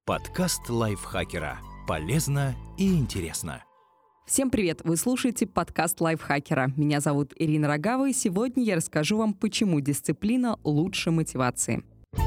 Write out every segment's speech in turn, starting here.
Подкаст лайфхакера. Полезно и интересно. Всем привет! Вы слушаете подкаст лайфхакера. Меня зовут Ирина Рогава, и сегодня я расскажу вам, почему дисциплина лучше мотивации.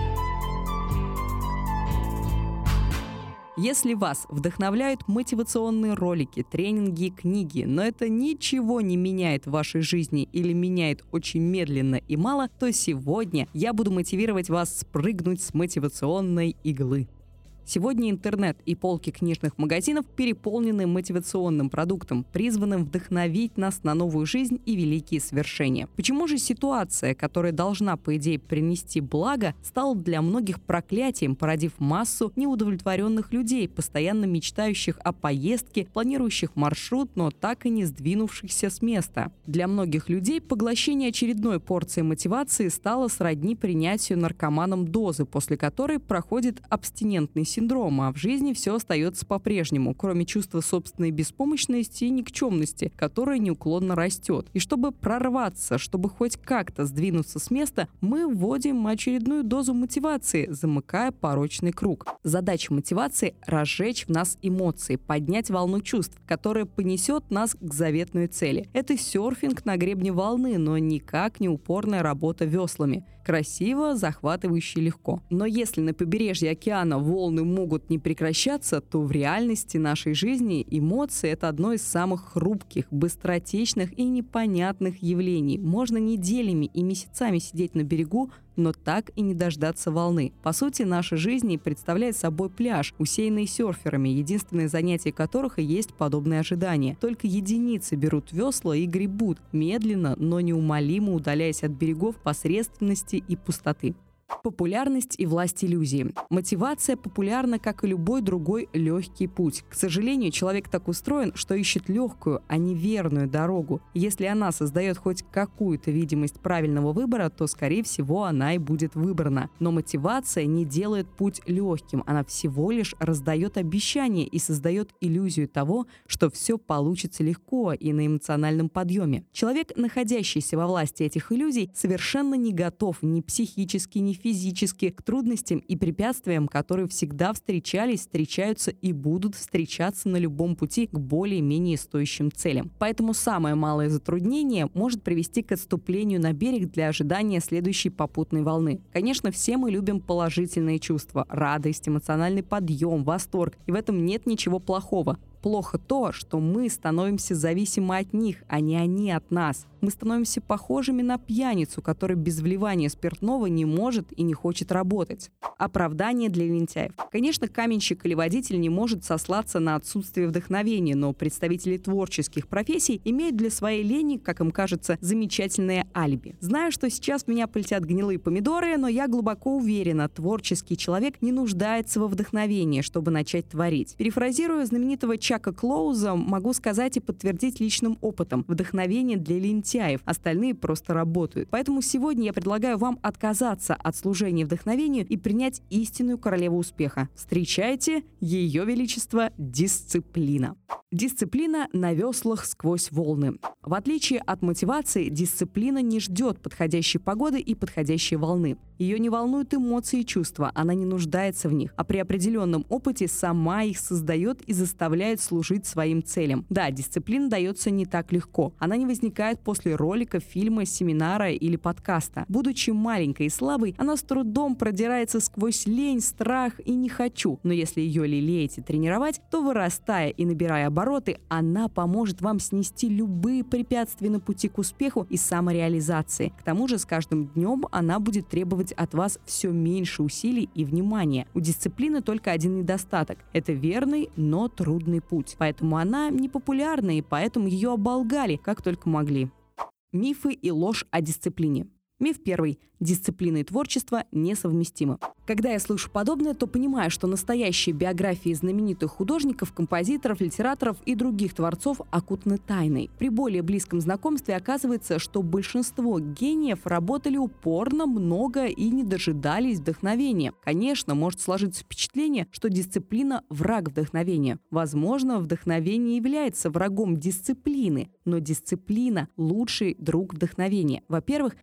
Если вас вдохновляют мотивационные ролики, тренинги, книги, но это ничего не меняет в вашей жизни или меняет очень медленно и мало, то сегодня я буду мотивировать вас спрыгнуть с мотивационной иглы. Сегодня интернет и полки книжных магазинов переполнены мотивационным продуктом, призванным вдохновить нас на новую жизнь и великие свершения. Почему же ситуация, которая должна, по идее, принести благо, стала для многих проклятием, породив массу неудовлетворенных людей, постоянно мечтающих о поездке, планирующих маршрут, но так и не сдвинувшихся с места? Для многих людей поглощение очередной порции мотивации стало сродни принятию наркоманом дозы, после которой проходит абстинентный синдром, а в жизни все остается по-прежнему, кроме чувства собственной беспомощности и никчемности, которое неуклонно растет. И чтобы прорваться, чтобы хоть как-то сдвинуться с места, мы вводим очередную дозу мотивации, замыкая порочный круг. Задача мотивации – разжечь в нас эмоции, поднять волну чувств, которая понесет нас к заветной цели. Это серфинг на гребне волны, но никак не упорная работа веслами. Красиво, захватывающе, легко. Но если на побережье океана волны могут не прекращаться, то в реальности нашей жизни эмоции – это одно из самых хрупких, быстротечных и непонятных явлений. Можно неделями и месяцами сидеть на берегу, но так и не дождаться волны. По сути, наша жизнь представляет собой пляж, усеянный серферами, единственное занятие которых и есть подобные ожидания. Только единицы берут весла и гребут, медленно, но неумолимо удаляясь от берегов посредственности и пустоты. Популярность и власть иллюзии. Мотивация популярна, как и любой другой легкий путь. К сожалению, человек так устроен, что ищет легкую, а не верную дорогу. Если она создает хоть какую-то видимость правильного выбора, то, скорее всего, она и будет выбрана. Но мотивация не делает путь легким, она всего лишь раздает обещания и создает иллюзию того, что все получится легко и на эмоциональном подъеме. Человек, находящийся во власти этих иллюзий, совершенно не готов ни психически, ни физически к трудностям и препятствиям, которые всегда встречались, встречаются и будут встречаться на любом пути к более-менее стоящим целям. Поэтому самое малое затруднение может привести к отступлению на берег для ожидания следующей попутной волны. Конечно, все мы любим положительные чувства, радость, эмоциональный подъем, восторг, и в этом нет ничего плохого. Плохо то, что мы становимся зависимы от них, а не они от нас. Мы становимся похожими на пьяницу, который без вливания спиртного не может и не хочет работать. Оправдание для лентяев. Конечно, каменщик или водитель не может сослаться на отсутствие вдохновения, но представители творческих профессий имеют для своей лени, как им кажется, замечательное алиби. Знаю, что сейчас в меня полетят гнилые помидоры, но я глубоко уверена, творческий человек не нуждается во вдохновении, чтобы начать творить. Перефразируя знаменитого Чака Клоуза, могу сказать и подтвердить личным опытом: вдохновение для лентяев, остальные просто работают. Поэтому сегодня я предлагаю вам отказаться от служения вдохновению и принять истинную королеву успеха. Встречайте Ее Величество дисциплина. Дисциплина на веслах сквозь волны. В отличие от мотивации, дисциплина не ждет подходящей погоды и подходящей волны. Ее не волнуют эмоции и чувства, она не нуждается в них, а при определенном опыте сама их создает и заставляет служить своим целям. Да, дисциплина дается не так легко. Она не возникает после ролика, фильма, семинара или подкаста. Будучи маленькой и слабой, она с трудом продирается сквозь лень, страх и «не хочу». Но если ее лелеять и тренировать, то, вырастая и набирая обороты, она поможет вам снести любые препятствия на пути к успеху и самореализации. К тому же с каждым днем она будет требовать от вас все меньше усилий и внимания. У дисциплины только один недостаток – это верный, но трудный путь. Поэтому она непопулярна, и поэтому ее оболгали, как только могли. Мифы и ложь о дисциплине. Миф первый. Дисциплина и творчество несовместимы. Когда я слышу подобное, то понимаю, что настоящие биографии знаменитых художников, композиторов, литераторов и других творцов окутаны тайной. При более близком знакомстве оказывается, что большинство гениев работали упорно, много и не дожидались вдохновения. Конечно, может сложиться впечатление, что дисциплина – враг вдохновения. Возможно, вдохновение является врагом дисциплины, но дисциплина – лучший друг вдохновения. Во-первых, когда благодаря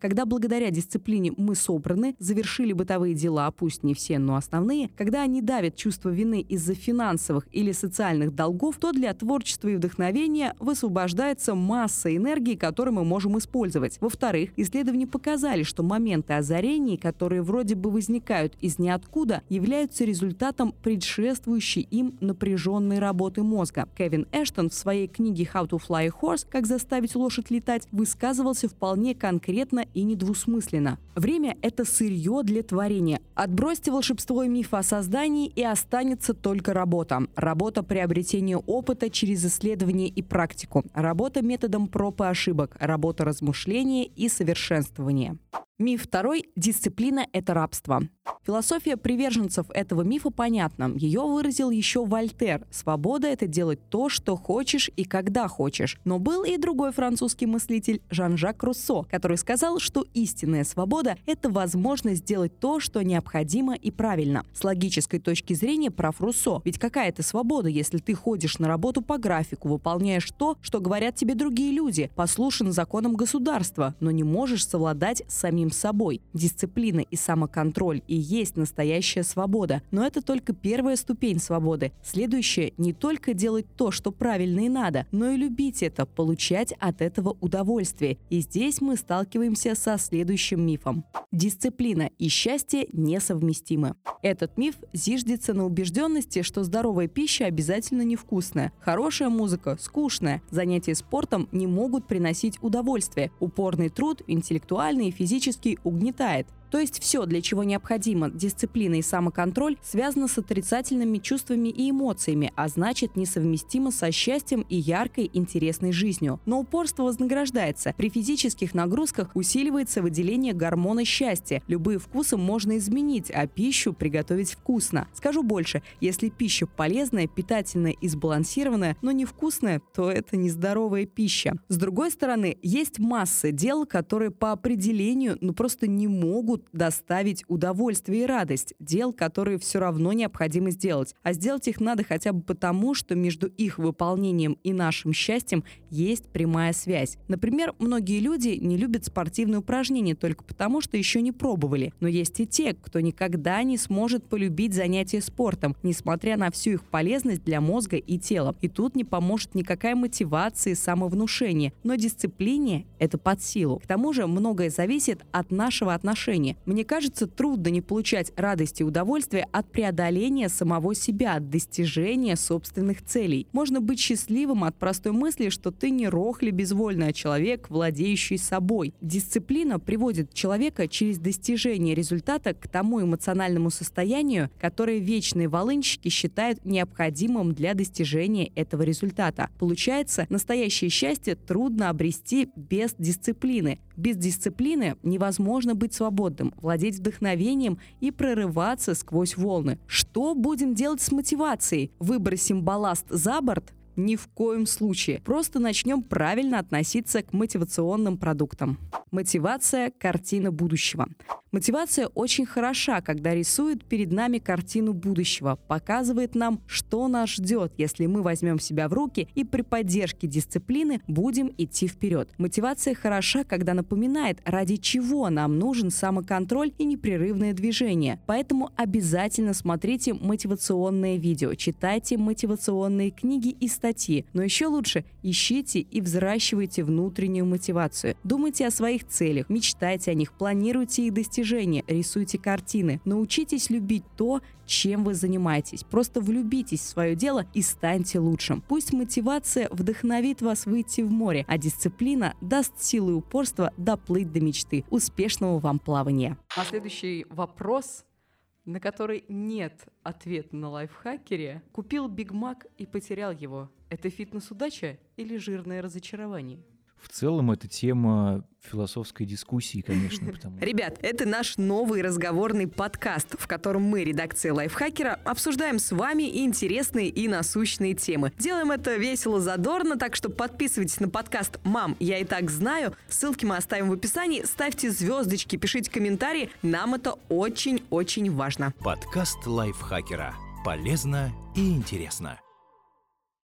благодаря дисциплине мы собраны, завершили бытовые дела, пусть не все, но основные, когда они давят чувство вины из-за финансовых или социальных долгов, то для творчества и вдохновения высвобождается масса энергии, которую мы можем использовать. Во-вторых, исследования показали, что моменты озарений, которые вроде бы возникают из ниоткуда, являются результатом предшествующей им напряженной работы мозга. Кевин Эштон в своей книге «How to Fly a Horse. Как заставить лошадь летать» высказывался вполне конкретно и недвусмысленно. Время — это сырье для творения. Отбросьте волшебство и миф о создании, и останется только работа. Работа приобретения опыта через исследование и практику. Работа методом проб и ошибок. Работа размышления и совершенствования. Миф второй – дисциплина – это рабство. Философия приверженцев этого мифа понятна. Ее выразил еще Вольтер. Свобода – это делать то, что хочешь и когда хочешь. Но был и другой французский мыслитель Жан-Жак Руссо, который сказал, что истинная свобода – это возможность сделать то, что необходимо и правильно. С логической точки зрения прав Руссо. Ведь какая это свобода, если ты ходишь на работу по графику, выполняешь то, что говорят тебе другие люди, послушен законам государства, но не можешь совладать с самим собой. Дисциплина и самоконтроль и есть настоящая свобода. Но это только первая ступень свободы. Следующая – не только делать то, что правильно и надо, но и любить это, получать от этого удовольствие. И здесь мы сталкиваемся со следующим мифом. Дисциплина и счастье несовместимы. Этот миф зиждется на убежденности, что здоровая пища обязательно невкусная, хорошая музыка скучная, занятия спортом не могут приносить удовольствие, упорный труд, интеллектуальный и физический, угнетает. То есть все, для чего необходима дисциплина и самоконтроль, связано с отрицательными чувствами и эмоциями, а значит несовместимо со счастьем и яркой, интересной жизнью. Но упорство вознаграждается. При физических нагрузках усиливается выделение гормона счастья. Любые вкусы можно изменить, а пищу приготовить вкусно. Скажу больше, если пища полезная, питательная и сбалансированная, но невкусная, то это нездоровая пища. С другой стороны, есть масса дел, которые по определению просто не могут доставить удовольствие и радость, дел, которые все равно необходимо сделать. А сделать их надо хотя бы потому, что между их выполнением и нашим счастьем есть прямая связь. Например, многие люди не любят спортивные упражнения только потому, что еще не пробовали. Но есть и те, кто никогда не сможет полюбить занятия спортом, несмотря на всю их полезность для мозга и тела. И тут не поможет никакая мотивация и самовнушение. Но дисциплине это под силу. К тому же многое зависит от нашего отношения. Мне кажется, трудно не получать радость и удовольствие от преодоления самого себя, от достижения собственных целей. Можно быть счастливым от простой мысли, что ты не рохли безвольный, а человек, владеющий собой. Дисциплина приводит человека через достижение результата к тому эмоциональному состоянию, которое вечные волынщики считают необходимым для достижения этого результата. Получается, настоящее счастье трудно обрести без дисциплины. Без дисциплины невозможно быть свободным, владеть вдохновением и прорываться сквозь волны. Что будем делать с мотивацией? Выбросим балласт за борт? Ни в коем случае. Просто начнем правильно относиться к мотивационным продуктам. Мотивация – картина будущего. Мотивация очень хороша, когда рисует перед нами картину будущего, показывает нам, что нас ждет, если мы возьмем себя в руки и при поддержке дисциплины будем идти вперед. Мотивация хороша, когда напоминает, ради чего нам нужен самоконтроль и непрерывное движение. Поэтому обязательно смотрите мотивационные видео, читайте мотивационные книги и статьи. Но еще лучше ищите и взращивайте внутреннюю мотивацию. Думайте о своих целях, мечтайте о них, планируйте их достижения, рисуйте картины. Научитесь любить то, чем вы занимаетесь. Просто влюбитесь в свое дело и станьте лучшим. Пусть мотивация вдохновит вас выйти в море, а дисциплина даст силу и упорство доплыть до мечты. Успешного вам плавания. А следующий вопрос, на который нет ответа на лайфхакере. Купил Биг Мак и потерял его. Это фитнес-удача или жирное разочарование? В целом, это тема философской дискуссии, конечно. Ребят, это наш новый разговорный подкаст, в котором мы, редакция Лайфхакера, обсуждаем с вами интересные и насущные темы. Делаем это весело, задорно, так что подписывайтесь на подкаст «Мам, я и так знаю». Ссылки мы оставим в описании. Ставьте звездочки, пишите комментарии. Нам это очень-очень важно. Подкаст Лайфхакера. Полезно и интересно.